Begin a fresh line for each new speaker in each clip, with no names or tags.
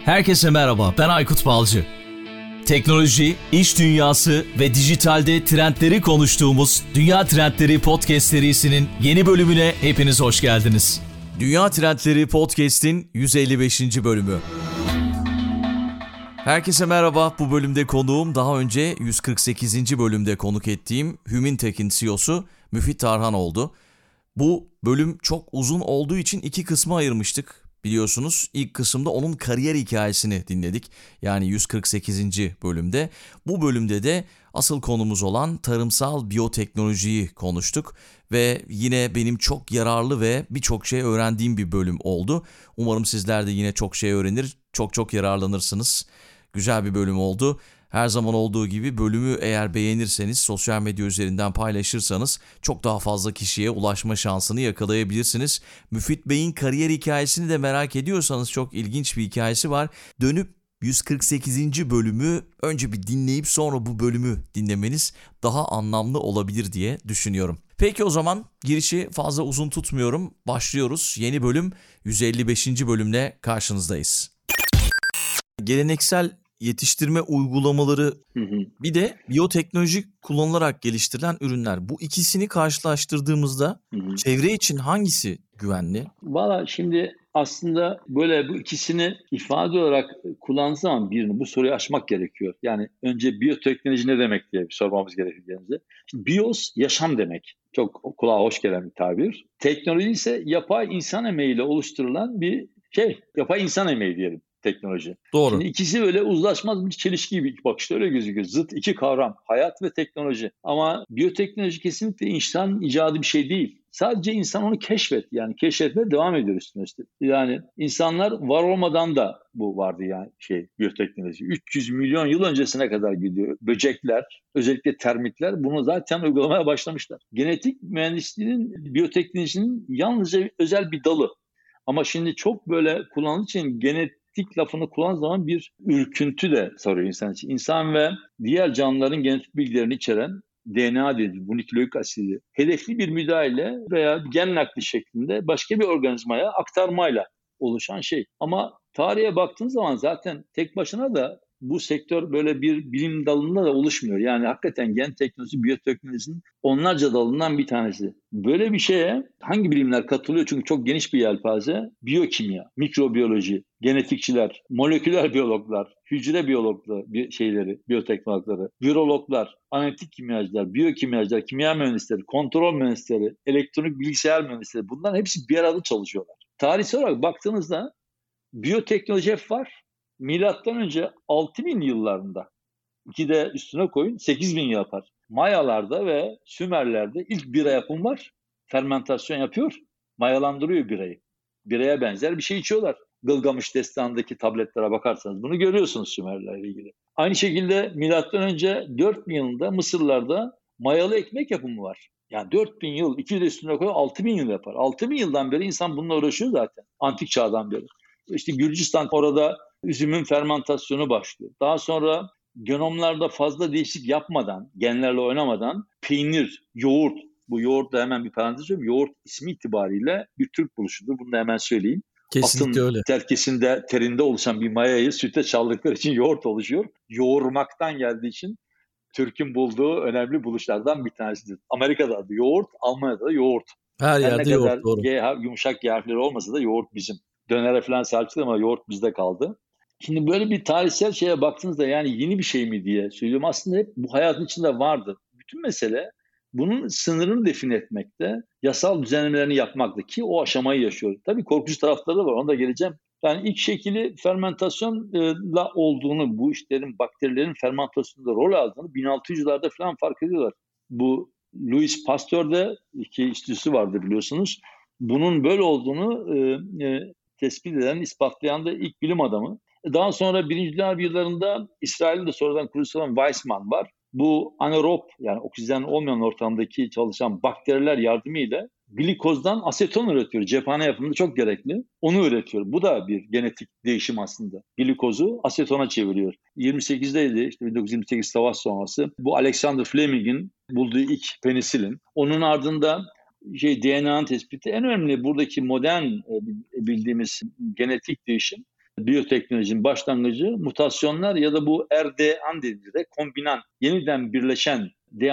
Herkese merhaba, ben Aykut Balcı. Teknoloji, iş dünyası ve dijitalde trendleri konuştuğumuz Dünya Trendleri Podcast serisinin yeni bölümüne hepiniz hoş geldiniz. Dünya Trendleri Podcast'in 155. bölümü. Herkese merhaba, bu bölümde konuğum daha önce 148. bölümde konuk ettiğim Hümintek'in CEO'su Müfit Tarhan oldu. Bu bölüm çok uzun olduğu için iki kısma ayırmıştık. Biliyorsunuz ilk kısımda onun kariyer hikayesini dinledik. Yani 148. bölümde. Bu bölümde de asıl konumuz olan tarımsal biyoteknolojiyi konuştuk. Ve yine benim çok yararlı ve birçok şey öğrendiğim bir bölüm oldu. Umarım sizler de yine çok şey öğrenir, çok yararlanırsınız. Güzel bir bölüm oldu. Her zaman olduğu gibi bölümü eğer beğenirseniz, sosyal medya üzerinden paylaşırsanız çok daha fazla kişiye ulaşma şansını yakalayabilirsiniz. Müfit Bey'in kariyer hikayesini de merak ediyorsanız çok ilginç bir hikayesi var. Dönüp 148. bölümü önce bir dinleyip sonra bu bölümü dinlemeniz daha anlamlı olabilir diye düşünüyorum. Peki o zaman girişi fazla uzun tutmuyorum. Başlıyoruz. Yeni bölüm 155. bölümle karşınızdayız. Geleneksel yetiştirme uygulamaları bir de biyoteknoloji kullanılarak geliştirilen ürünler. Bu ikisini karşılaştırdığımızda çevre için hangisi güvenli?
Valla şimdi aslında böyle bu ikisini ifade olarak kullandığı zaman birini bu soruyu aşmak gerekiyor. Yani önce biyoteknoloji ne demek diye bir sormamız gerekiyor kendimize. Şimdi bios yaşam demek. Çok kulağa hoş gelen bir tabir. Teknoloji ise yapay insan emeğiyle oluşturulan bir şey. Yapay insan emeği diyelim. Teknoloji.
Doğru.
Şimdi ikisi böyle uzlaşmaz bir çelişki gibi ilk bakışta öyle gözüküyor. Zıt iki kavram. Hayat ve teknoloji. Ama biyoteknoloji kesinlikle insan icadı bir şey değil. Sadece insan onu keşfetti. Yani keşfetmeye devam ediyor üstüne. Yani insanlar var olmadan da bu vardı yani biyoteknoloji. 300 milyon yıl öncesine kadar gidiyor. Böcekler, özellikle termitler bunu zaten uygulamaya başlamışlar. Genetik mühendisliğinin biyoteknolojinin yalnızca özel bir dalı. Ama şimdi çok böyle kullanıldığı için genetik lafını kullandığı zaman bir ürküntü de sarıyor insan için. İnsan ve diğer canlıların genetik bilgilerini içeren DNA dediğimiz bu nükleik asidi hedefli bir müdahale veya gen nakli şeklinde başka bir organizmaya aktarmayla oluşan şey. Ama tarihe baktığınız zaman zaten tek başına da bu sektör böyle bir bilim dalında da oluşmuyor. Yani hakikaten gen teknolojisi, biyoteknolojinin onlarca dalından bir tanesi. Böyle bir şeye hangi bilimler katılıyor? Çünkü çok geniş bir yelpaze. Biyokimya, mikrobiyoloji, genetikçiler, moleküler biyologlar, hücre biyologları, biyoteknologları, virologlar, analitik kimyacılar, biyokimyacılar, kimya mühendisleri, kontrol mühendisleri, elektronik bilgisayar mühendisleri bunların hepsi bir arada çalışıyorlar. Tarihsel olarak baktığınızda biyoteknoloji hep var. Milattan önce 6000 yıllarında, iki de üstüne koyun 8000 yıl yapar. Mayalarda ve Sümerler'de ilk bira yapım var. Fermentasyon yapıyor. Mayalandırıyor birayı. Biraya benzer bir şey içiyorlar. Gılgamış Destanı'ndaki tabletlere bakarsanız bunu görüyorsunuz Sümerlerle ilgili. Aynı şekilde milattan önce 4000 yılında Mısırlarda mayalı ekmek yapımı var. Yani 4000 yıl, 2 de üstüne koyun 6000 yıl yapar. 6000 yıldan beri insan bununla uğraşıyor zaten. Antik çağdan beri. İşte Gürcistan orada üzümün fermentasyonu başlıyor. Daha sonra genomlarda fazla değişiklik yapmadan, genlerle oynamadan peynir, yoğurt, bu yoğurt da hemen bir parantez açıyorum. Yoğurt ismi itibariyle bir Türk buluşudur. Bunu da hemen söyleyeyim.
Kesinlikle
Atın
öyle.
terinde oluşan bir mayayı süte çaldıkları için yoğurt oluşuyor. Yoğurmaktan geldiği için Türk'ün bulduğu önemli buluşlardan bir tanesidir. Amerika'da adı yoğurt, Almanya'da da yoğurt.
Her yerde
ne
yoğurt,
kadar
doğru.
yumuşak G harfleri olmasa da yoğurt bizim. Dönere falan salçalı ama yoğurt bizde kaldı. Şimdi böyle bir tarihsel şeye baktığınızda yani yeni bir şey mi diye söylüyorum. Aslında hep bu hayatın içinde vardı. Bütün mesele bunun sınırını define etmekte, yasal düzenlemelerini yapmakta ki o aşamayı yaşıyor. Tabii korkunç tarafları da var, ona da geleceğim. Yani ilk şekili fermentasyonla olduğunu, bu işlerin, bakterilerin fermentasyonunda rol aldığını 1600'lerde falan fark ediyorlar. Bu Louis Pasteur'de iki enstitüsü vardı biliyorsunuz. Bunun böyle olduğunu tespit eden, ispatlayan da ilk bilim adamı. Daha sonra Birinci Dünya Harbi yıllarında İsrail'de sonradan kurucusu olan Weizmann var. Bu anaerob yani oksijen olmayan ortamdaki çalışan bakteriler yardımıyla glikozdan aseton üretiyor. Cephane yapımında çok gerekli. Onu üretiyor. Bu da bir genetik değişim aslında. Glikozu asetona çeviriyor. 28'deydi işte 1928 savaş sonrası. Bu Alexander Fleming'in bulduğu ilk penisilin. Onun ardında DNA'nın tespiti en önemli buradaki modern bildiğimiz genetik değişim biyoteknolojinin başlangıcı mutasyonlar ya da bu RDN dediğimiz rekombinant, yeniden birleşen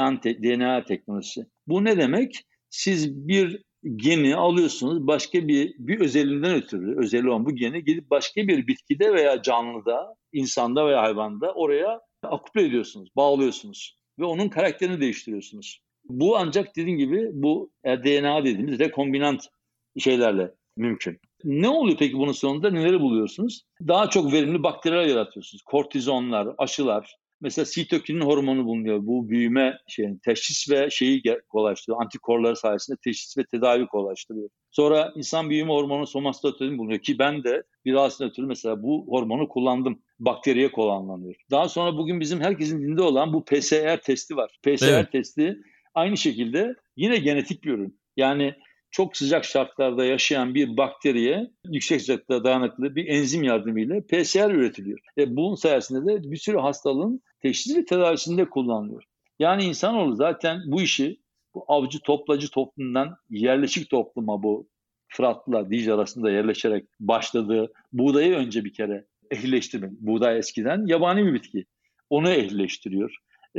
DNA teknolojisi. Bu ne demek? Siz bir geni alıyorsunuz, başka bir özelliğinden ötürü, özelliği olan bu geni gidip başka bir bitkide veya canlıda, insanda veya hayvanda oraya akuple ediyorsunuz, bağlıyorsunuz ve onun karakterini değiştiriyorsunuz. Bu ancak dediğim gibi bu DNA dediğimiz rekombinant şeylerle mümkün. Ne oluyor peki bunun sonunda? Neleri buluyorsunuz? Daha çok verimli bakteriler yaratıyorsunuz. Kortizonlar, aşılar. Mesela sitokinin hormonu bulunuyor. Bu büyüme teşhis ve şeyi kolaylaştırıyor. Antikorlar sayesinde teşhis ve tedavi kolaylaştırıyor. Sonra insan büyüme hormonu somatostatin bulunuyor ki ben de bir rahatsızlıktan ötürü mesela bu hormonu kullandım. Bakteriye kullanılıyor. Daha sonra bugün bizim herkesin dilinde olan bu PCR testi var. PCR testi aynı şekilde yine genetik bir ürün. Yani çok sıcak şartlarda yaşayan bir bakteriye yüksek sıcaklığa dayanıklı bir enzim yardımıyla PCR üretiliyor. Bunun sayesinde de bir sürü hastalığın teşhis ve tedavisinde kullanılıyor. Yani insanoğlu zaten bu işi bu avcı toplacı toplumdan yerleşik topluma bu Fırat'la Dicle arasında yerleşerek başladığı buğdayı önce bir kere ehlileştirmek. Buğday eskiden yabani bir bitki. Onu ehlileştiriyor.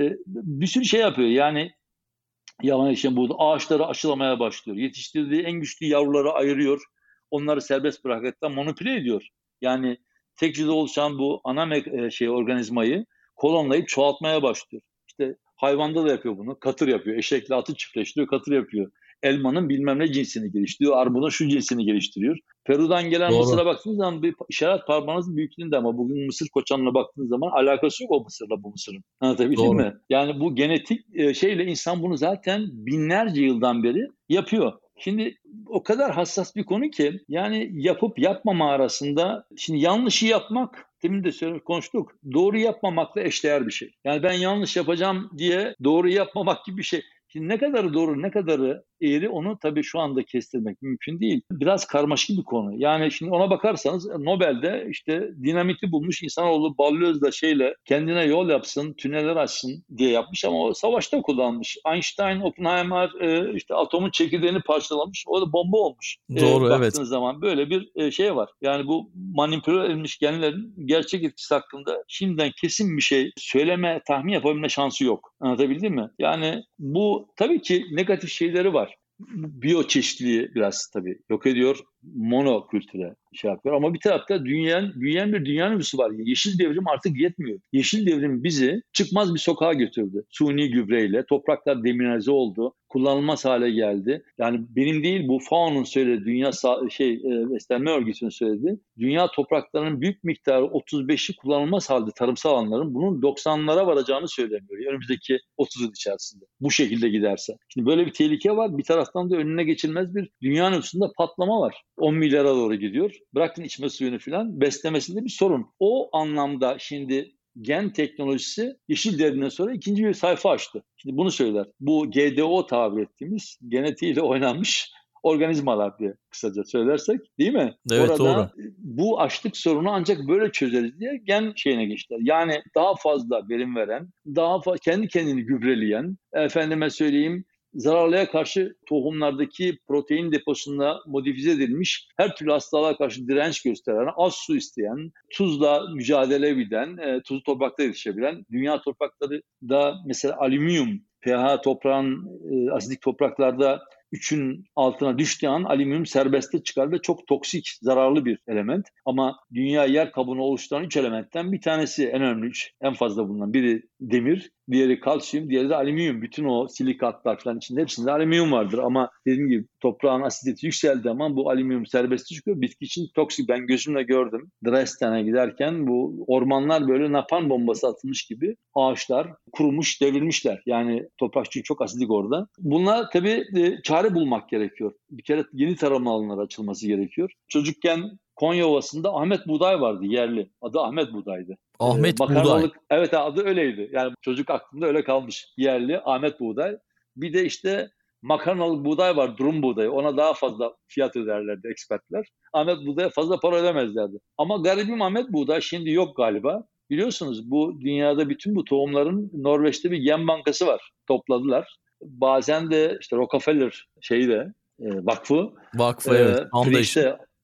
Bir sürü şey yapıyor. Yani yalan için burada ağaçları aşılamaya başlıyor. Yetiştirdiği en güçlü yavruları ayırıyor. Onları serbest bırakarak manipüle ediyor. Yani tek hücrede oluşan bu ana organizmayı kolonlayıp çoğaltmaya başlıyor. İşte hayvanda da yapıyor bunu. Katır yapıyor. Eşekle atı çiftleştiriyor, katır yapıyor. Elmanın bilmem ne cinsini geliştiriyor. Armudun şu cinsini geliştiriyor. Peru'dan gelen Mısır'a baktığınız zaman bir işaret parmağınızın büyüklüğünde ama bugün Mısır koçanına baktığınız zaman alakası yok o Mısır'la bu Mısır'ın. Anlatabildim mi? Yani bu genetik şeyle insan bunu zaten binlerce yıldan beri yapıyor. Şimdi o kadar hassas bir konu ki yani yapıp yapmama arasında şimdi yanlışı yapmak demin de konuştuk. Doğru yapmamakla eşdeğer bir şey. Yani ben yanlış yapacağım diye doğru yapmamak gibi bir şey. Şimdi ne kadarı doğru ne kadarı eğri onu tabii şu anda kestirmek mümkün değil. Biraz karmaşık bir konu. Yani şimdi ona bakarsanız Nobel'de işte dinamiti bulmuş insanoğlu balyozla kendine yol yapsın, tüneller açsın diye yapmış ama o savaşta kullanmış. Einstein, Oppenheimer işte atomun çekirdeğini parçalamış. O da bomba olmuş.
Doğru,
baktığınız zaman böyle bir şey var. Yani bu manipüle edilmiş genlerin gerçek etkisi hakkında şimdiden kesin bir şey söyleme, tahmin yapabilme şansı yok. Anlatabildim mi? Yani bu tabii ki negatif şeyleri var. Biyoçeşitliliği biraz tabii yok ediyor. Monokültüre yapıyor. Ama bir tarafta büyüyen bir dünya nüfusu var. Yeşil devrim artık yetmiyor. Yeşil devrim bizi çıkmaz bir sokağa götürdü. Suni gübreyle topraklar deminalize oldu. Kullanılmaz hale geldi. Yani benim değil bu FAO'nun söylediği, Dünya Beslenme Örgütü'nün söylediği, dünya topraklarının büyük miktarı 35'i kullanılmaz halde tarımsal alanların bunun 90'lara varacağını söyleniyor. Önümüzdeki 30 yıl içerisinde. Bu şekilde giderse. Şimdi böyle bir tehlike var. Bir taraftan da önüne geçilmez bir dünya nüfusunda patlama var. 10 milyara doğru gidiyor. Bırakın içme suyunu falan, beslemesinde bir sorun. O anlamda şimdi gen teknolojisi yeşil devrimden sonra ikinci bir sayfa açtı. Şimdi bunu söyler. Bu GDO tabir ettiğimiz genetiğiyle oynanmış organizmalar diye kısaca söylersek değil mi?
Evet,
orada
doğru.
Bu açlık sorunu ancak böyle çözeriz diye gen şeyine geçtiler. Yani daha fazla verim veren, daha fazla kendi kendini gübreleyen, efendime söyleyeyim zararlıya karşı tohumlardaki protein deposunda modifize edilmiş, her türlü hastalığa karşı direnç gösteren, az su isteyen, tuzla mücadele eden, tuzlu toprakta yetişebilen, dünya toprakları da mesela alüminyum, pH toprağın asidik topraklarda 3'ün altına düştüğü an alüminyum serbeste çıkar ve çok toksik, zararlı bir element. Ama dünya yer kabuğunu oluşturan 3 elementten bir tanesi en önemli 3. En fazla bulunan biri demir, diğeri kalsiyum, diğeri de alüminyum. Bütün o silikatlar falan içinde hepsinde alüminyum vardır. Ama dediğim gibi toprağın asidiyeti yükseldiği zaman bu alüminyum serbeste çıkıyor. Bitki için toksik. Ben gözümle gördüm. Dresden'e giderken bu ormanlar böyle napalm bombası atılmış gibi ağaçlar kurumuş, devrilmişler. Yani toprak çünkü çok asidik orada. Bunlar tabii çare bulmak gerekiyor. Bir kere yeni tarım alanları açılması gerekiyor. Çocukken Konya Ovası'nda Ahmet Buğday vardı yerli. Adı Ahmet Buğday'dı.
Ahmet Buğday.
Evet adı öyleydi. Yani çocuk aklımda öyle kalmış. Yerli Ahmet Buğday. Bir de işte makarnalık buğday var, durum buğdayı. Ona daha fazla fiyat öderlerdi ekspertler. Ahmet Buğday'a fazla para ödemezlerdi. Ama garibim Ahmet Buğday şimdi yok galiba. Biliyorsunuz bu dünyada bütün bu tohumların Norveç'te bir gen bankası var. Topladılar. Bazen de işte Rockefeller vakfı
Vakfı, evet. Foundation.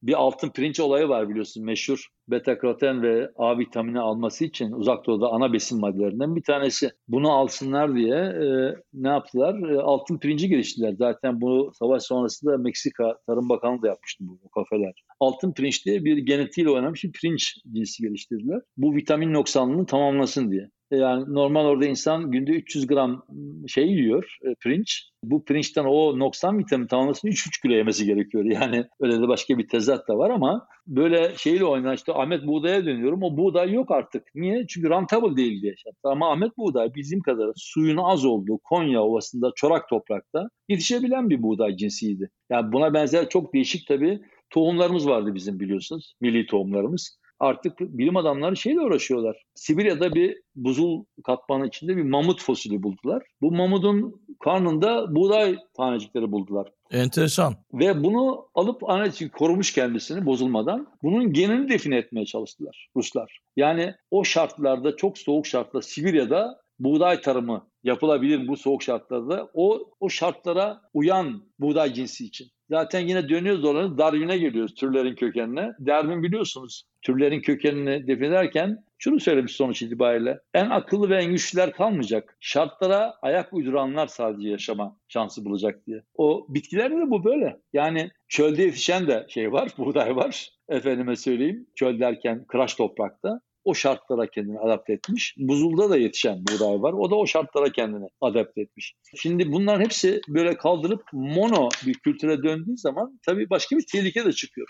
bir altın pirinç olayı var biliyorsun, meşhur. Beta karoten ve A vitamini alması için Uzak Doğu'da ana besin maddelerinden bir tanesi. Bunu alsınlar diye ne yaptılar? Altın pirinci geliştirdiler. Zaten bu savaş sonrasında Meksika Tarım Bakanı da yapmıştı bu kafeler. Altın pirinç diye bir genetiğiyle oynamış bir pirinç cinsi geliştirdiler. Bu vitamin noksanlığını tamamlasın diye. Yani normal orada insan günde 300 gram şey yiyor, pirinç. Bu pirinçten o noksan vitamin tamamlamasını 3,5 kilo yemesi gerekiyor. Yani öyle de başka bir tezat da var ama böyle şeyle oynanan, işte Ahmet Buğday'a dönüyorum. O buğday yok artık. Niye? Çünkü rentable değil diye. Ama Ahmet Buğday bizim kadar suyun az olduğu Konya Ovası'nda çorak toprakta yetişebilen bir buğday cinsiydi. Yani buna benzer çok değişik tabii tohumlarımız vardı bizim, biliyorsunuz. Milli tohumlarımız. Artık bilim adamları şeyle uğraşıyorlar. Sibirya'da bir buzul katmanı içinde bir mamut fosili buldular. Bu mamutun karnında buğday tanecikleri buldular.
Enteresan.
Ve bunu alıp analitik korumuş kendisini bozulmadan. Bunun genini define etmeye çalıştılar Ruslar. Yani o şartlarda, çok soğuk şartlarda, Sibirya'da buğday tarımı yapılabilir bu soğuk şartlarda. O şartlara uyan buğday cinsi için. Zaten yine dönüyoruz dolanıyoruz, Darwin'e geliyoruz, türlerin kökenine. Darwin biliyorsunuz türlerin kökenini define ederken şunu söylemiş sonuç itibariyle: en akıllı ve en güçlüler kalmayacak. Şartlara ayak uyduranlar sadece yaşama şansı bulacak diye. O bitkilerde de bu böyle. Yani çölde yetişen de şey var, buğday var. Efendime söyleyeyim, çöl derken kıraç toprakta. O şartlara kendini adapte etmiş. Buzulda da yetişen buğday var. O da o şartlara kendini adapte etmiş. Şimdi bunların hepsi böyle kaldırıp mono bir kültüre döndüğü zaman tabii başka bir tehlike de çıkıyor.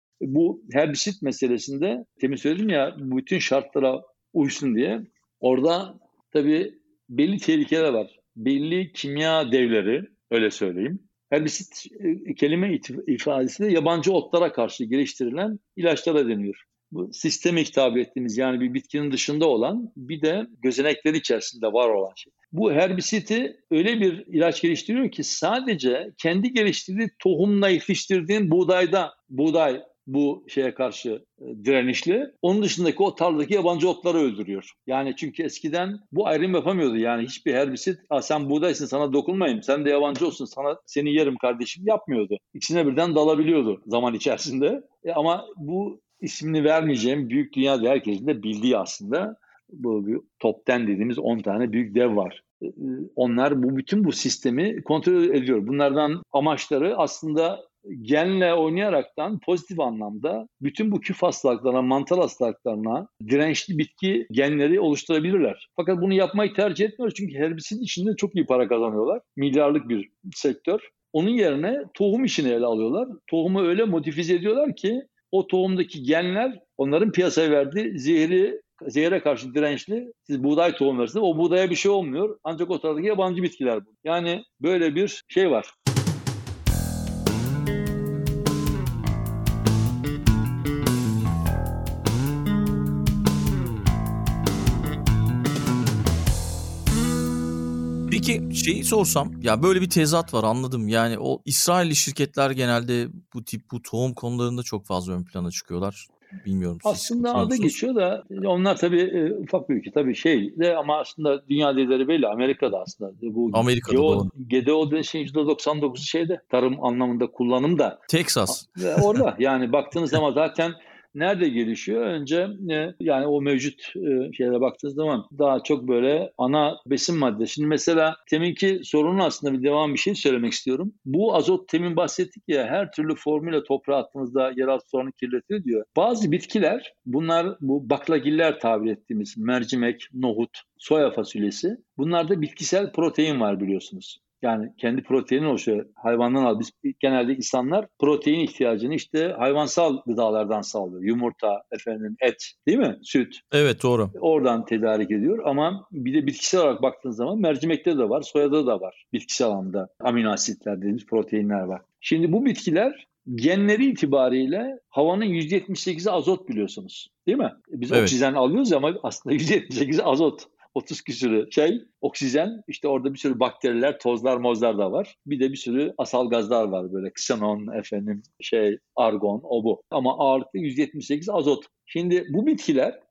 Bu herbisit meselesinde demin söyledim ya, bütün şartlara uysun diye. Orada tabii belli tehlikeler var. Belli kimya devleri, öyle söyleyeyim. Herbisit kelime ifadesi de yabancı otlara karşı geliştirilen ilaçlara deniyor. Bu sistemik tabi ettiğimiz, yani bir bitkinin dışında olan bir de gözenekleri içerisinde var olan şey. Bu herbisiti öyle bir ilaç geliştiriyor ki sadece kendi geliştirdiği tohumla yetiştirdiğin buğday bu şeye karşı direnişli. Onun dışındaki o tarladaki yabancı otları öldürüyor. Yani çünkü eskiden bu ayrım yapamıyordu. Yani hiçbir herbisit sen buğdaysın sana dokunmayayım, sen de yabancı olsun seni yerim kardeşim yapmıyordu. İkisine birden dalabiliyordu zaman içerisinde. Ama bu ismini vermeyeceğim büyük dünyada herkesin de bildiği aslında bu top 10 dediğimiz 10 tane büyük dev var. Onlar bütün bu sistemi kontrol ediyor. Bunlardan amaçları aslında genle oynayaraktan pozitif anlamda bütün bu küf hastalıklarına, mantar hastalıklarına dirençli bitki genleri oluşturabilirler. Fakat bunu yapmayı tercih etmiyorlar çünkü herbisit içinde çok iyi para kazanıyorlar. Milyarlık bir sektör. Onun yerine tohum işini ele alıyorlar. Tohumu öyle modifize ediyorlar ki o tohumdaki genler onların piyasaya verdiği zehre karşı dirençli. Siz buğday tohum versiniz, o buğdaya bir şey olmuyor. Ancak o taraftaki yabancı bitkiler bu. Yani böyle bir şey var.
Peki şeyi sorsam, ya böyle bir tezat var, anladım. Yani o İsrailli şirketler genelde bu tohum konularında çok fazla ön plana çıkıyorlar. Bilmiyorum, siz
Aslında
katılıyor
adı
musunuz?
geçiyor da onlar tabii ufak bir ülke tabii ama aslında dünya lideri belli. Amerika'da aslında bu
Amerika'da doğru.
GDO dönüşün %99'u şeyde, tarım anlamında kullanımda.
Texas.
Orada yani baktığınız zaman zaten nerede gelişiyor? Önce yani o mevcut şeylere baktığınız zaman daha çok böyle ana besin madde. Şimdi mesela teminki sorunun aslında bir şey söylemek istiyorum. Bu azot, temin bahsettik ya, her türlü formüle toprağa attığınızda yeraltı sorunu kirletiyor diyor. Bazı bitkiler, bunlar bu baklagiller tabir ettiğimiz mercimek, nohut, soya fasulyesi, bunlarda bitkisel protein var biliyorsunuz. Yani kendi proteini oluşuyor. Hayvandan al. Biz genelde insanlar protein ihtiyacını işte hayvansal gıdalardan sağlıyor. Yumurta, et, değil mi? Süt.
Evet, doğru.
Oradan tedarik ediyor ama bir de bitkisel olarak baktığınız zaman mercimekte de var, soyada da var. Bitkisel anlamda amino asitler dediğimiz proteinler var. Şimdi bu bitkiler genleri itibariyle havanın %78'i azot biliyorsunuz. Değil mi? Biz
Evet.
oksijen alıyoruz ama aslında %78'i azot. 30 küsürü oksijen, işte orada bir sürü bakteriler, tozlar, mozlar da var. Bir de bir sürü asal gazlar var böyle ksenon, argon, o bu. Ama ağırlıklı %78 azot. Şimdi bu bitkiler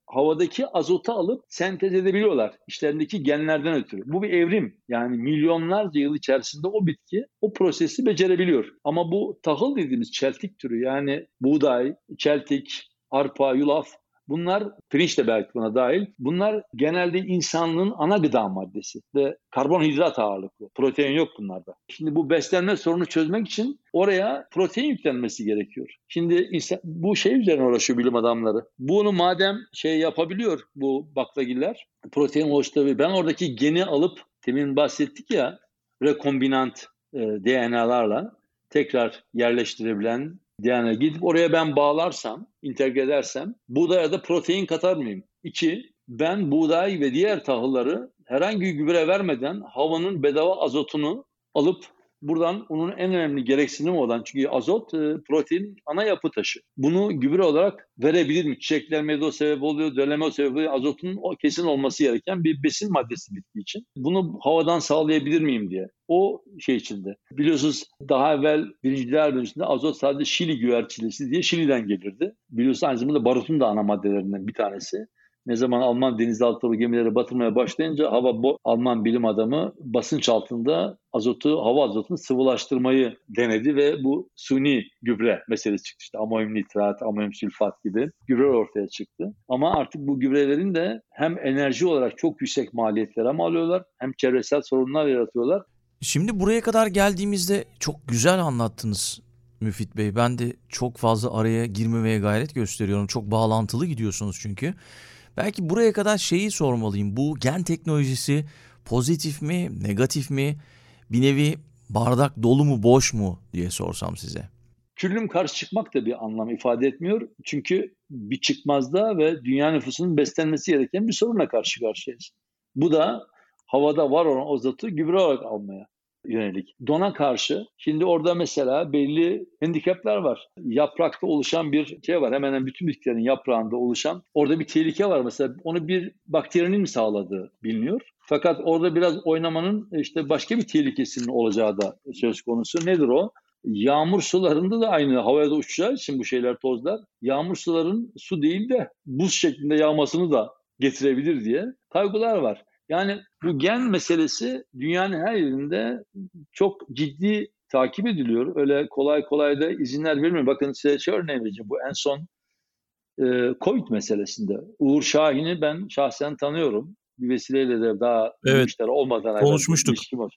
havadaki azotu alıp sentez edebiliyorlar işlerindeki genlerden ötürü. Bu bir evrim. Yani milyonlarca yıl içerisinde o bitki o prosesi becerebiliyor. Ama bu tahıl dediğimiz çeltik türü, yani buğday, çeltik, arpa, yulaf, bunlar, pirinç de belki buna dahil, bunlar genelde insanlığın ana gıda maddesi ve karbonhidrat ağırlıklı. Protein yok bunlarda. Şimdi bu beslenme sorunu çözmek için oraya protein yüklenmesi gerekiyor. Şimdi bu şey üzerine uğraşıyor bilim adamları. Bunu madem yapabiliyor bu baklagiller, protein oluşturabiliyor. Ben oradaki geni alıp, demin bahsettik ya, rekombinant DNA'larla tekrar yerleştirebilen DNA gidip oraya ben bağlarsam, entegre edersem buğdaya da protein katar mıyım? 2. Ben buğday ve diğer tahılları herhangi bir gübre vermeden havanın bedava azotunu alıp buradan onun en önemli gereksinimi olan, çünkü azot protein ana yapı taşı. Bunu gübre olarak verebilir mi? Çiçeklenmeye de o sebep oluyor, döllenme o sebep oluyor. Azotun kesin olması gereken bir besin maddesi bitki için. Bunu havadan sağlayabilir miyim diye. O içinde. Biliyorsunuz daha evvel Birinci Dünya Harbi'nde azot sadece Şili güvercinesi diye Şili'den gelirdi. Biliyorsunuz aynı zamanda barutun da ana maddelerinden bir tanesi. Ne zaman Alman denizaltı gemileri batırmaya başlayınca Alman bilim adamı basınç altında hava azotunu sıvılaştırmayı denedi ve bu suni gübre meselesi çıktı. İşte amonyum nitrat, amonyum sülfat gibi gübreler ortaya çıktı. Ama artık bu gübrelerin de hem enerji olarak çok yüksek maliyetlere mal alıyorlar, hem çevresel sorunlar yaratıyorlar.
Şimdi buraya kadar geldiğimizde çok güzel anlattınız Müfit Bey. Ben de çok fazla araya girmemeye gayret gösteriyorum. Çok bağlantılı gidiyorsunuz çünkü. Belki buraya kadar şeyi sormalıyım. Bu gen teknolojisi pozitif mi, negatif mi? Bir nevi bardak dolu mu, boş mu diye sorsam size.
Küllüm karşı çıkmak da bir anlam ifade etmiyor. Çünkü bir çıkmazda ve dünya nüfusunun beslenmesi gereken bir sorunla karşı karşıyayız. Bu da havada var olan azotu gübre olarak almaya yönelik. Dona karşı, şimdi orada mesela belli handikaplar var. Yaprakta oluşan bir şey var. Hemen hemen bütün bitkilerin yaprağında oluşan. Orada bir tehlike var. Mesela onu bir bakterinin mi sağladığı biliniyor. Fakat orada biraz oynamanın başka bir tehlikesinin olacağı da söz konusu. Nedir o? Yağmur sularında da aynı, havaya da uçacağı için bu şeyler, tozlar, yağmur suların su değil de buz şeklinde yağmasını da getirebilir diye kaygılar var. Yani bu gen meselesi dünyanın her yerinde çok ciddi takip ediliyor. Öyle kolay kolay da izinler verilmiyor. Bakın size örneğin vereceğim. Bu en son Covid meselesinde. Uğur Şahin'i ben şahsen tanıyorum. Bir vesileyle de daha bu işler olmadan evvel
konuşmuştuk.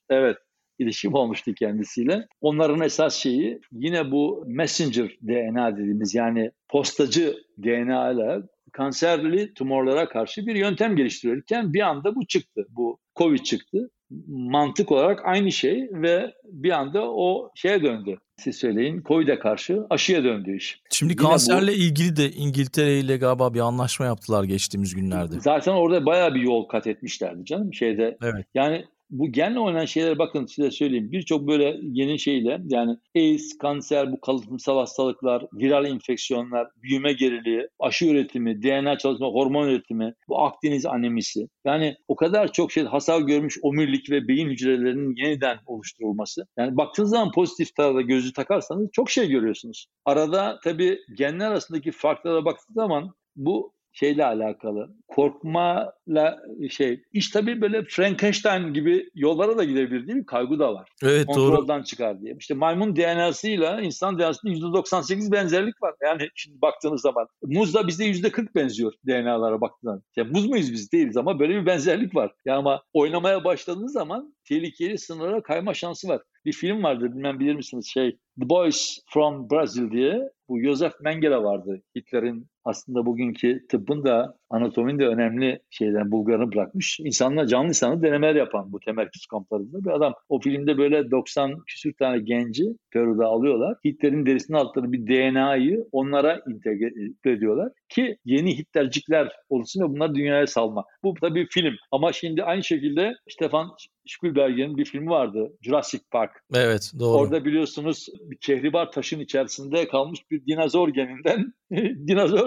ilişkim olmuştu kendisiyle. Onların esas şeyi yine bu messenger DNA dediğimiz, yani postacı DNA ile kanserli tumorlara karşı bir yöntem geliştirirken bir anda bu çıktı. Bu Covid çıktı. Mantık olarak aynı şey ve bir anda o döndü. Siz söyleyin, Covid'e karşı aşıya döndü iş.
Şimdi yine kanserle ilgili de İngiltere ile galiba bir anlaşma yaptılar geçtiğimiz günlerde.
Zaten orada bayağı bir yol kat etmişlerdi canım
Evet.
Yani bu genle oynanan şeyler, bakın size söyleyeyim, birçok böyle yeni şeyle, yani AIDS, kanser, bu kalıtsal hastalıklar, viral enfeksiyonlar, büyüme geriliği, aşı üretimi, DNA çalışma, hormon üretimi, bu Akdeniz anemisi, yani o kadar çok hasar görmüş omurilik ve beyin hücrelerinin yeniden oluşturulması. Yani baktığınız zaman pozitif tarafa gözü takarsanız çok şey görüyorsunuz. Arada tabii genler arasındaki farklara baktığınız zaman bu alakalı. Korkmayla iş tabii böyle Frankenstein gibi yollara da gidebilir değil mi? Kaygı da var.
Evet,
kontrolden
doğru.
çıkar diye. İşte maymun DNA'sıyla insan DNA'sında %98 benzerlik var. Yani şimdi baktığınız zaman muzla bizde %40 benziyor DNA'lara baktığınız zaman. Muz muyuz biz? Değiliz ama böyle bir benzerlik var. Yani ama oynamaya başladığınız zaman tehlikeli sınırlara kayma şansı var. Bir film vardı, bilmem bilir misiniz, The Boys from Brazil diye. Bu Josef Mengele vardı. Hitler'in aslında bugünkü tıbbın da anatominin de önemli bulgarını bırakmış. Canlı insanı denemeler yapan bu temerküs kamplarında bir adam. O filmde böyle 90 küsür tane genci Peru'da alıyorlar. Hitler'in derisinin altları bir DNA'yı onlara entegre ediyorlar ki yeni Hitlercikler olsun ve bunlar dünyaya salma. Bu tabii bir film ama şimdi aynı şekilde Stefan Spielberg'in bir filmi vardı, Jurassic Park.
Evet, doğru.
Orada biliyorsunuz bir kehribar taşın içerisinde kalmış bir dinozor geninden dinozor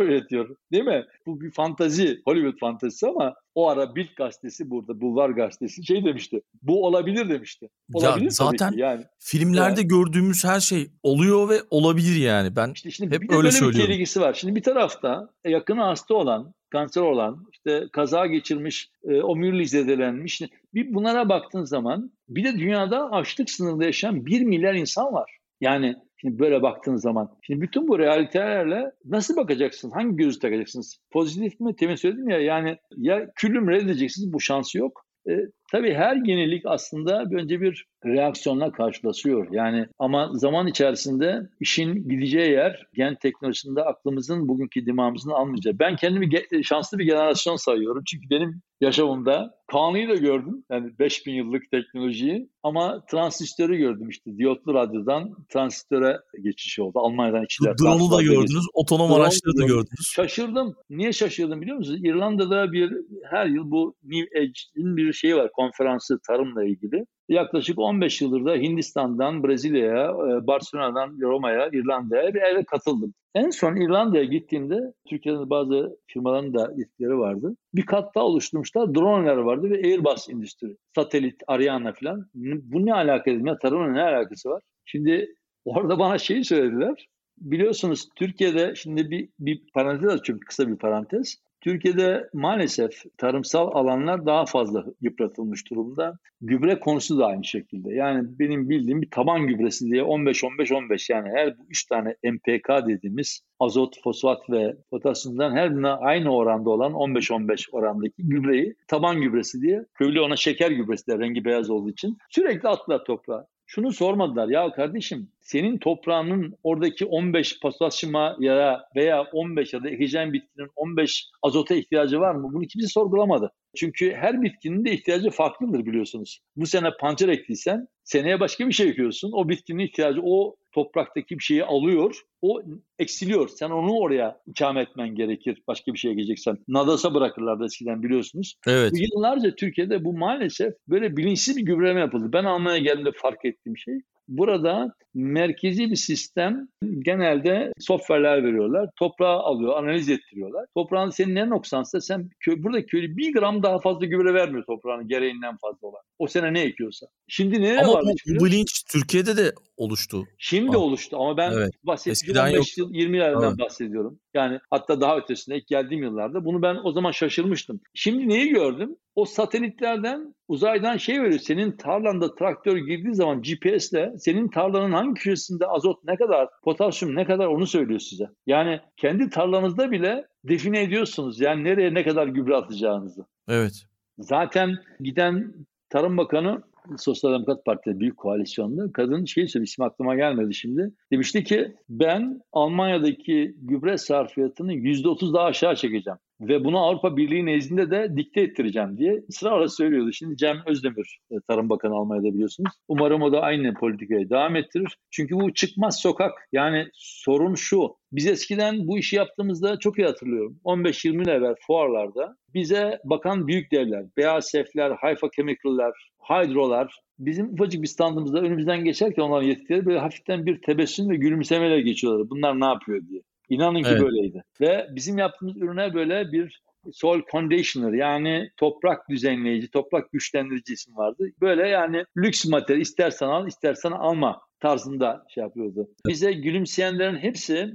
üretiyor. Değil mi? Bu bir fantazi, Hollywood fantazisi ama o ara Bild gazetesi burada, Bulvar gazetesi şey demişti. Bu olabilir demişti.
Ya
Olabilir tabii ki
zaten
yani.
filmlerde
Yani
gördüğümüz her şey oluyor ve olabilir yani. Ben
İşte şimdi bir
hep
de
öyle
böyle bir
söylüyorum.
tehlikesi var. Şimdi bir tarafta yakını hasta olan, kanser olan, işte kaza geçirmiş, omurilik zedelenmiş. Bir bunlara baktığın zaman bir de dünyada açlık sınırında yaşayan 1 milyar insan var. Yani şimdi böyle baktığın zaman. Şimdi bütün bu realitelerle nasıl bakacaksın? Hangi gözü takacaksınız? Pozitif mi? Temin söyledim ya yani ya küllüm reddedeceksiniz bu şansı yok. Tabii her yenilik aslında önce bir reaksiyonla karşılaşıyor. Yani ama zaman içerisinde işin gideceği yer gen teknolojisinde aklımızın bugünkü dimağımızın almayacağı. Ben kendimi şanslı bir jenerasyon sayıyorum. Çünkü benim yaşamımda Kaan'ı da gördüm. Yani 5000 yıllık teknolojiyi ama transistörü gördüm işte. Diyotlu radyodan transistöre geçiş oldu. Almanya'dan işçiler
Drone'u da
transistörde geçti.
gördünüz, otonom
Drone
araçları da
gördüm.
gördünüz.
Şaşırdım. Niye şaşırdım biliyor musunuz? İrlanda'da her yıl bu New Age'in bir şeyi var. Konferansı tarımla ilgili. Yaklaşık 15 yıldır da Hindistan'dan Brezilya'ya, Barcelona'dan Roma'ya, İrlanda'ya bir eve katıldım. En son İrlanda'ya gittiğimde Türkiye'de bazı firmaların da yetkileri vardı. Bir kat daha oluşturmuşlar. Drone'lar vardı ve Airbus endüstri. Satelit, Ariane falan. Bu ne alaka dedim ya? Tarımla ne alakası var? Şimdi orada bana şeyi söylediler. Biliyorsunuz Türkiye'de şimdi bir parantez açıyorum, kısa bir parantez. Türkiye'de maalesef tarımsal alanlar daha fazla yıpratılmış durumda. Gübre konusu da aynı şekilde. Yani benim bildiğim bir taban gübresi diye 15-15-15 yani her 3 tane NPK dediğimiz azot, fosfat ve potasyumdan her birine aynı oranda olan 15-15 orandaki gübreyi taban gübresi diye köylü ona şeker gübresi de rengi beyaz olduğu için sürekli attılar toprağa. Şunu sormadılar ya kardeşim senin toprağının oradaki 15 potasyuma ya veya 15 ya da ekeceğin bitkinin 15 azota ihtiyacı var mı? Bunu kimse sorgulamadı. Çünkü her bitkinin de ihtiyacı farklıdır biliyorsunuz. Bu sene pancar ektiysen seneye başka bir şey ekiyorsun. O bitkinin ihtiyacı o topraktaki bir şeyi alıyor. O eksiliyor. Sen onu oraya ikame etmen gerekir. Başka bir şey ekeceksen. Nadasa bırakırlardı eskiden biliyorsunuz.
Evet.
Bu yıllarca Türkiye'de bu maalesef böyle bilinçsiz bir gübreleme yapıldı. Ben Almanya'ya geldiğimde fark ettiğim şey. Burada merkezi bir sistem genelde software'ler veriyorlar. Toprağı alıyor, analiz ettiriyorlar. Toprağın senin ne noksansa sen burada köylü 1 gram daha fazla gübre vermiyor toprağın gereğinden fazla olan. O sene ne ekiyorsa. Şimdi nereye
Ama
vardı?
bu bilinç Türkiye'de de oluştu.
Şimdi oluştu ama ben
Evet.
bahsettiğim
Eskiden
15
yoktu.
yıl 20 yıllardan
Evet.
bahsediyorum. Yani hatta daha ötesine ilk geldiğim yıllarda bunu ben o zaman şaşırmıştım. Şimdi neyi gördüm? O satelitlerden uzaydan şey veriyor. Senin tarlanda traktör girdiği zaman GPS'le senin tarlanın hangi köşesinde azot ne kadar, potasyum ne kadar onu söylüyor size. Yani kendi tarlanızda bile define ediyorsunuz. Yani nereye ne kadar gübre atacağınızı.
Evet.
Zaten giden Tarım Bakanı Sosyal Demokrat Parti'de büyük koalisyonda kadın şey söyledi, ismi aklıma gelmedi şimdi. Demişti ki ben Almanya'daki gübre sarfiyatını %30 daha aşağı çekeceğim. Ve bunu Avrupa Birliği nezdinde de dikte ettireceğim diye ısrarla söylüyordu. Şimdi Cem Özdemir Tarım Bakanı Almanya'da biliyorsunuz. Umarım o da aynı politikayı devam ettirir. Çünkü bu çıkmaz sokak. Yani sorun şu. Biz eskiden bu işi yaptığımızda çok iyi hatırlıyorum. 15-20 yıl evvel fuarlarda bize bakan büyük devler, BASF'ler, Haifa Chemical'ler, Hydro'lar bizim ufacık bir standımızda önümüzden geçerken onların yetkileri böyle hafiften bir tebessüm ve gülümsemeyle geçiyorlar. Bunlar ne yapıyor diye. İnanın ki
Evet.
böyleydi. Ve bizim yaptığımız ürüne böyle bir soil conditioner yani toprak düzenleyici, toprak güçlendirici isim vardı. Böyle yani lüks materyal istersen al istersen alma tarzında şey yapıyordu. Bize gülümseyenlerin hepsi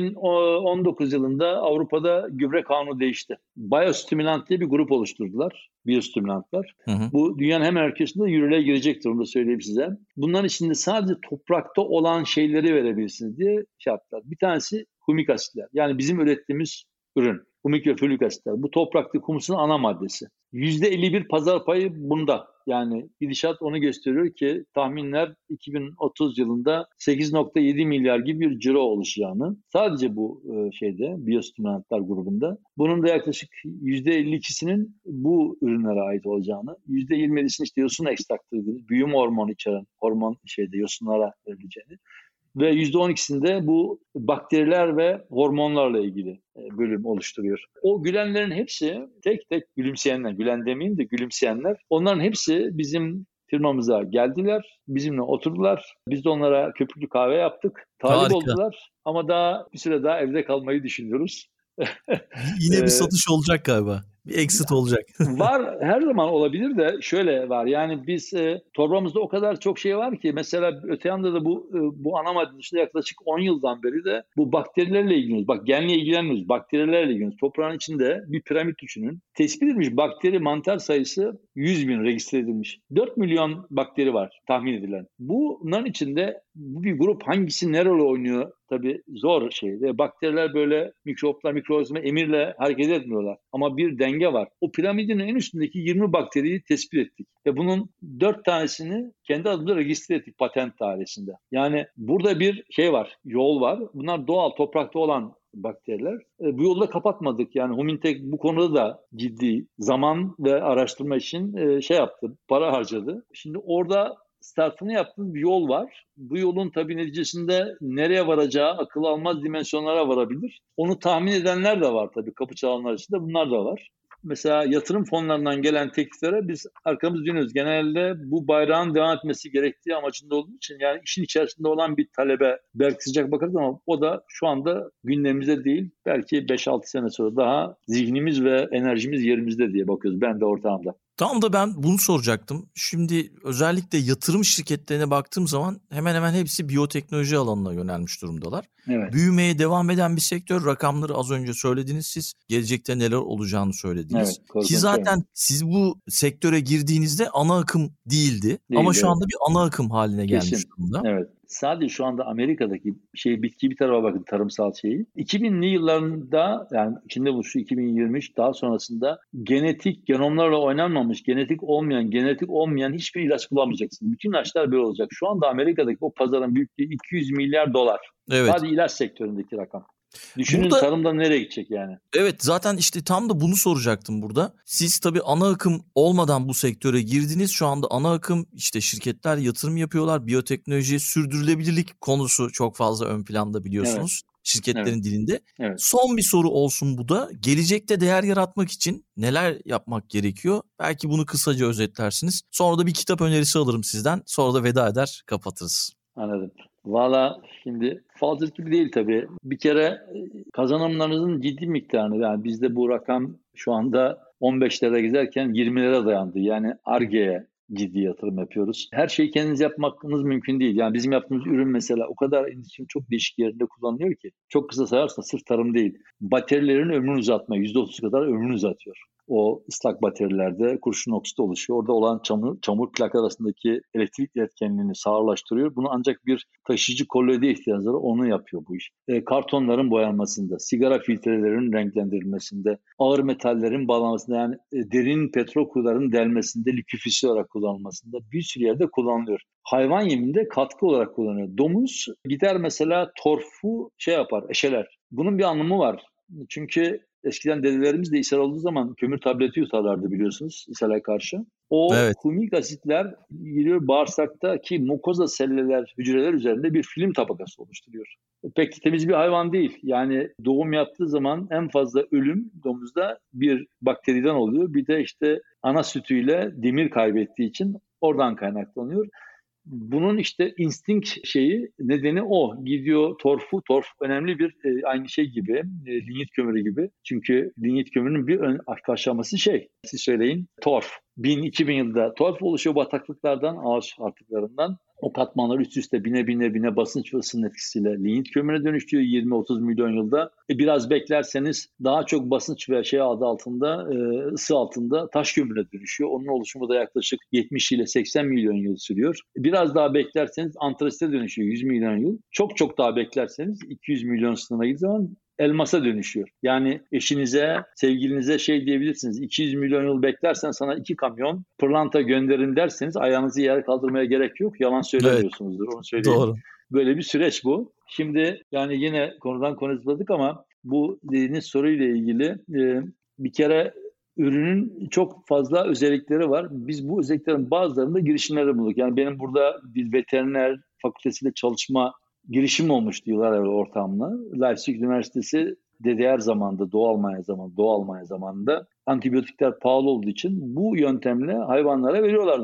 2019 yılında Avrupa'da gübre kanunu değişti. Biyostimülant diye bir grup oluşturdular. Biyostimülantlar.
Hı hı.
Bu dünyanın hemen ülkesinde yürürlüğe girecektir onu da söyleyeyim size. Bunların içinde sadece toprakta olan şeyleri verebilirsiniz diye şey yaptılar. Bir tanesi humik asitler. Yani bizim ürettiğimiz ürün. Humik ve folik asitler. Bu topraktaki humusun ana maddesi. %51 pazar payı bunda. Yani gidişat onu gösteriyor ki tahminler 2030 yılında 8,7 milyar gibi bir ciro oluşacağını. Sadece bu biyostimülantlar grubunda. Bunun da yaklaşık %52'sinin bu ürünlere ait olacağını, %27'sinin işte yosun ekstraktı dediğimiz büyüme hormonu içeren hormon yosunlara verileceğini ve %12'sinde bu bakteriler ve hormonlarla ilgili bölüm oluşturuyor. O gülenlerin hepsi tek tek gülümseyenler, gülen demeyeyim de gülümseyenler, onların hepsi bizim firmamıza geldiler, bizimle oturdular. Biz de onlara köpüklü kahve yaptık. Talip
Harika.
oldular ama daha bir süre daha evde kalmayı düşünüyoruz.
Yine bir satış olacak galiba. Bir exit olacak.
Var, her zaman olabilir de şöyle var. Yani biz torbamızda o kadar çok şey var ki, mesela öte yanda da bu ana madde dışında yaklaşık 10 yıldan beri de bu bakterilerle ilgileniyoruz. Bak, genle ilgilenmiyoruz. Bakterilerle ilgileniyoruz. Toprağın içinde bir piramit düşünün. Tespit edilmiş bakteri mantar sayısı 100 bin registre edilmiş. 4 milyon bakteri var tahmin edilen. Bunların içinde bu bir grup hangisi nerede oynuyor? Tabii zor şey. Ve bakteriler böyle mikroplar, mikroorganizma emirle hareket etmiyorlar. Ama bir denge var. O piramidin en üstündeki 20 bakteriyi tespit ettik. Ve bunun 4 tanesini kendi adımıza registre ettik patent dairesinde. Yani burada bir şey var, yol var. Bunlar doğal, toprakta olan bakteriler. Bu yolu da kapatmadık. Yani Humintek bu konuda da ciddi zaman ve araştırma için şey yaptı, para harcadı. Şimdi orada startını yaptığımız bir yol var. Bu yolun tabii neticesinde nereye varacağı akıl almaz dimensionlara varabilir. Onu tahmin edenler de var tabii, kapı çalanlar içinde bunlar da var. Mesela yatırım fonlarından gelen tekliflere biz arkamızı dönüyoruz. Genelde bu bayrağın devam etmesi gerektiği amacında olduğu için, yani işin içerisinde olan bir talebe belki sıcak bakarız ama o da şu anda gündemimizde değil. Belki 5-6 sene sonra daha zihnimiz ve enerjimiz yerimizde diye bakıyoruz. Ben de ortağımda.
Tam da ben bunu soracaktım. Şimdi özellikle yatırım şirketlerine baktığım zaman hemen hemen hepsi biyoteknoloji alanına yönelmiş durumdalar.
Evet.
Büyümeye devam eden bir sektör. Rakamları az önce söylediniz siz. Gelecekte neler olacağını söylediniz.
Evet,
Ki zaten siz bu sektöre girdiğinizde ana akım değildi. Ama şu
evet.
anda bir ana akım haline gelmiş
Kesin.
durumda.
Evet. Sadece şu anda Amerika'daki bitki bir tarafa bakın, tarımsal şeyi. 2000'li yıllarında, yani içinde bu şu 2023 daha sonrasında genomlarla oynanmamış, genetik olmayan hiçbir ilaç bulamayacaksın. Bütün ilaçlar böyle olacak. Şu anda Amerika'daki o pazarın büyüklüğü 200 milyar dolar.
Evet.
Sadece ilaç sektöründeki rakam. Düşünün
Burada,
tarımda nereye gidecek yani?
Evet, zaten işte tam da bunu soracaktım burada. Siz tabii ana akım olmadan bu sektöre girdiniz. Şu anda ana akım işte şirketler yatırım yapıyorlar. Biyoteknoloji, sürdürülebilirlik konusu çok fazla ön planda biliyorsunuz. Şirketlerin dilinde.
Evet.
Son bir soru olsun bu da. Gelecekte değer yaratmak için neler yapmak gerekiyor? Belki bunu kısaca özetlersiniz. Sonra da bir kitap önerisi alırım sizden. Sonra da veda eder, kapatırız.
Anladım. Valla şimdi falcılık gibi değil tabii. Bir kere kazanımlarınızın ciddi miktarını, yani bizde bu rakam şu anda 15'lere giderken 20'lere dayandı. Yani Ar-Ge'ye ciddi yatırım yapıyoruz. Her şeyi kendiniz yapmanız mümkün değil. Yani bizim yaptığımız ürün mesela o kadar endüstrinin çok değişik yerinde kullanılıyor ki. Çok kısa sayarsa sırf tarım değil. Baterilerin ömrünü uzatma, %30 kadar ömrünü uzatıyor. O ıslak batarilerde kurşun oksit oluşuyor. Orada olan çamur plak arasındaki elektrik iletkenliğini sağırlaştırıyor. Bunu ancak bir taşıyıcı kolloide ihtiyacı var. Onu yapıyor bu iş. Kartonların boyanmasında, sigara filtrelerinin renklendirilmesinde, ağır metallerin bağlanmasında, yani derin petrol kuyularının delmesinde, liküfisi olarak kullanılmasında bir sürü yerde kullanılıyor. Hayvan yeminde katkı olarak kullanılıyor. Domuz gider mesela torfu yapar, eşeler. Bunun bir anlamı var. Çünkü eskiden dedelerimiz de ishal olduğu zaman kömür tableti yutarlardı biliyorsunuz ishale karşı. O humik asitler giriyor bağırsaktaki mukoza selleler, hücreler üzerinde bir film tabakası oluşturuyor. Pek temiz bir hayvan değil. Yani doğum yaptığı zaman en fazla ölüm domuzda bir bakteriden oluyor. Bir de işte ana sütüyle demir kaybettiği için oradan kaynaklanıyor. Bunun işte instinkt nedeni o. Gidiyor torf önemli bir aynı şey gibi, linyit kömürü gibi. Çünkü linyit kömürünün bir aşaması siz söyleyin, torf. 1000-2000 yılda torf oluşuyor bataklıklardan, ağaç artıklarından. O katmanlar üst üste bine basınç ve ısının etkisiyle linyit kömüre dönüşüyor 20-30 milyon yılda. Biraz beklerseniz daha çok basınç ve adı altında, ısı altında taş kömüre dönüşüyor. Onun oluşumu da yaklaşık 70 ile 80 milyon yıl sürüyor. Biraz daha beklerseniz antrasite dönüşüyor 100 milyon yıl. Çok daha beklerseniz 200 milyon sınırına gittiği zaman elmasa dönüşüyor. Yani eşinize, sevgilinize diyebilirsiniz. 200 milyon yıl beklersen sana 2 kamyon pırlanta gönderin derseniz ayağınızı yere kaldırmaya gerek yok. Yalan söylemiyorsunuzdur. Onu söyleyeyim.
Doğru.
Böyle bir süreç bu. Şimdi yani yine konudan konuya zıpladık ama bu dediğiniz soruyla ilgili bir kere ürünün çok fazla özellikleri var. Biz bu özelliklerin bazılarında girişimlerde bulduk. Yani benim burada bir veteriner fakültesiyle çalışma girişim olmuştu yıllar evvel ortamla. Leipzig Üniversitesi DDR zamanında, Doğu Almanya zamanında antibiyotikler pahalı olduğu için bu yöntemle hayvanlara veriyorlardı bunu.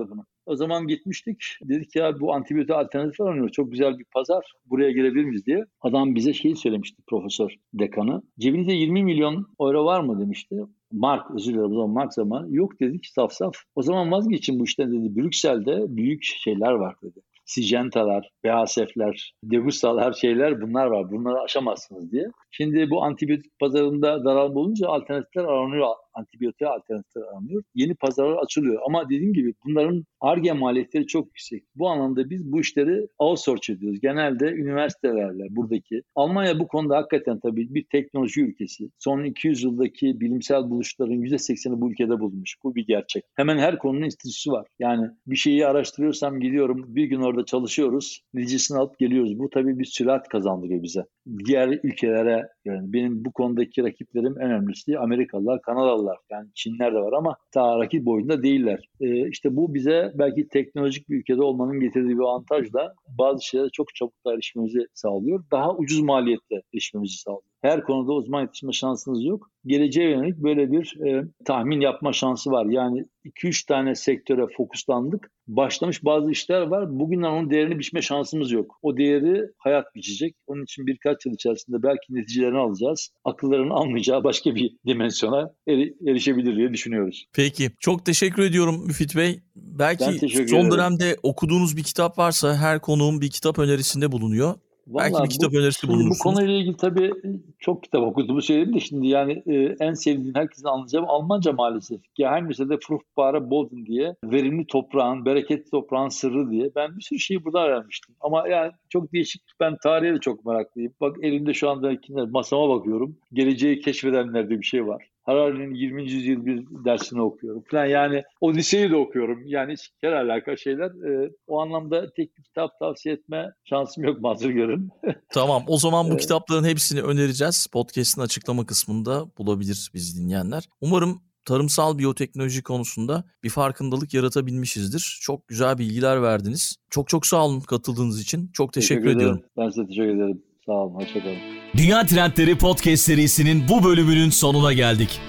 O zaman gitmiştik. Dedik ya bu antibiyotik alternatif aranıyor. Çok güzel bir pazar. Buraya girebilir miyiz diye. Adam bize şeyi söylemişti, profesör dekanı. Cebinizde 20 milyon euro var mı demişti. Mark, özür dilerim, o zaman Mark zamanı. Yok dedik, saf saf. O zaman vazgeçin bu işten dedi. Brüksel'de büyük şeyler var dedi. Sijentalar, BASF'ler, Degustalar, şeyler bunlar var. Bunları aşamazsınız diye. Şimdi bu antibiyotik pazarında daralma olunca alternatifler aranıyor. Antibiyotiğe alternatifler aranıyor. Yeni pazarlar açılıyor. Ama dediğim gibi bunların Ar-Ge maliyetleri çok yüksek. Bu anlamda biz bu işleri outsource ediyoruz. Genelde üniversitelerle buradaki. Almanya bu konuda hakikaten tabii bir teknoloji ülkesi. Son 200 yıldaki bilimsel buluşların %80'i bu ülkede bulunmuş. Bu bir gerçek. Hemen her konunun enstitüsü var. Yani bir şeyi araştırıyorsam gidiyorum, bir gün orada çalışıyoruz, neticesini alıp geliyoruz. Bu tabii bir sürat kazandırıyor bize. Diğer ülkelere, yani benim bu konudaki rakiplerim en önemlisi Amerikalılar, Kanadalılar. Yani Çinler de var ama daha rakip boyunda değiller. İşte bu bize belki teknolojik bir ülkede olmanın getirdiği bir avantajla bazı şeylere çok çabuk erişmemizi sağlıyor. Daha ucuz maliyetle erişmemizi sağlıyor. Her konuda uzman yetişme şansınız yok. Geleceğe yönelik böyle bir tahmin yapma şansı var. Yani 2-3 tane sektöre fokuslandık. Başlamış bazı işler var. Bugünden onun değerini biçme şansımız yok. O değeri hayat biçecek. Onun için birkaç yıl içerisinde belki neticelerini alacağız. Akıllarını almayacağı başka bir dimensyona erişebilir diye düşünüyoruz.
Peki. Çok teşekkür ediyorum Müfit Bey. Belki son dönemde okuduğunuz bir kitap varsa her konuğum bir kitap önerisinde bulunuyor.
Vallahi
belki bir kitap önerisi bulunursunuz.
Bu konuyla ilgili tabii çok kitap okuduğumu söyledim de şimdi yani en sevdiğim, herkesin anlayacağı Almanca maalesef. Geheimnisse der fruchtbare Boden diye, verimli toprağın, bereketli toprağın sırrı diye. Ben bir sürü şeyi burada öğrenmiştim. Ama yani çok değişik, ben tarihe de çok meraklıyım. Bak elimde şu anda masama bakıyorum. Geleceği keşfedenler diye bir şey var. Harari'nin 20. yüzyıl bir dersini okuyorum falan. Yani Odise'yi de okuyorum. Yani hiç alakalı şeyler. O anlamda tek bir kitap tavsiye etme şansım yok, mazur görün.
Tamam, o zaman bu kitapların hepsini önereceğiz. Podcast'ın açıklama kısmında bulabilir bizi dinleyenler. Umarım tarımsal biyoteknoloji konusunda bir farkındalık yaratabilmişizdir. Çok güzel bilgiler verdiniz. Çok sağ olun katıldığınız için. Çok teşekkür ediyorum.
Ben size teşekkür ederim. Sağ olun, hoşçakalın.
Dünya Trendleri Podcast serisinin bu bölümünün sonuna geldik.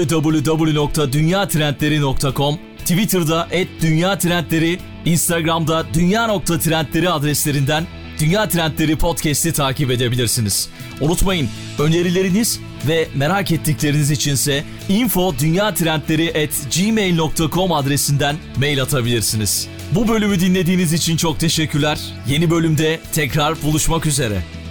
www.dünyatrendleri.com, Twitter'da @dünyatrendleri, Instagram'da dünya.trendleri adreslerinden Dünya Trendleri Podcast'i takip edebilirsiniz. Unutmayın, önerileriniz ve merak ettikleriniz içinse info@dünyatrendleri@gmail.com adresinden mail atabilirsiniz. Bu bölümü dinlediğiniz için çok teşekkürler. Yeni bölümde tekrar buluşmak üzere.